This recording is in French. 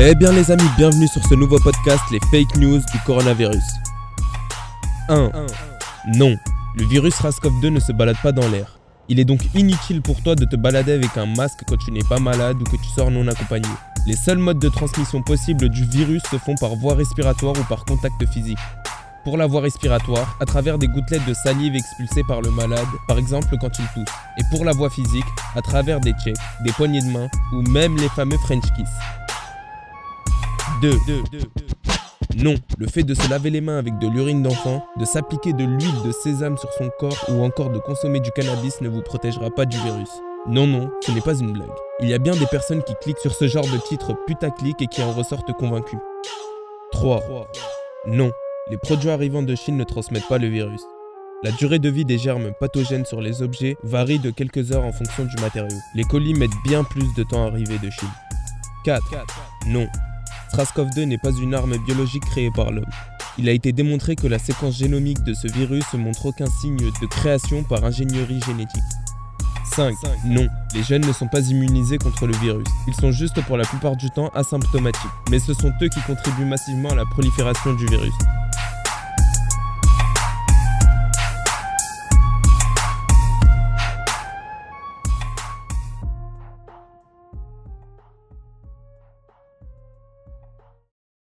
Eh bien les amis, bienvenue sur ce nouveau podcast, les fake news du coronavirus. 1. Non, le virus SARS-CoV-2 ne se balade pas dans l'air. Il est donc inutile pour toi de te balader avec un masque quand tu n'es pas malade ou que tu sors non accompagné. Les seuls modes de transmission possibles du virus se font par voie respiratoire ou par contact physique. Pour la voie respiratoire, à travers des gouttelettes de salive expulsées par le malade, par exemple quand il tousse. Et pour la voie physique, à travers des checks, des poignées de main ou même les fameux French kiss. 2. Non, le fait de se laver les mains avec de l'urine d'enfant, de s'appliquer de l'huile de sésame sur son corps ou encore de consommer du cannabis ne vous protégera pas du virus. Non, ce n'est pas une blague. Il y a bien des personnes qui cliquent sur ce genre de titres putaclic et qui en ressortent convaincus. 3. Non, les produits arrivant de Chine ne transmettent pas le virus. La durée de vie des germes pathogènes sur les objets varie de quelques heures en fonction du matériau. Les colis mettent bien plus de temps à arriver de Chine. 4. Non. SARS-CoV-2 n'est pas une arme biologique créée par l'homme. Il a été démontré que la séquence génomique de ce virus ne montre aucun signe de création par ingénierie génétique. 5. Non, les jeunes ne sont pas immunisés contre le virus. Ils sont juste pour la plupart du temps asymptomatiques. Mais ce sont eux qui contribuent massivement à la prolifération du virus.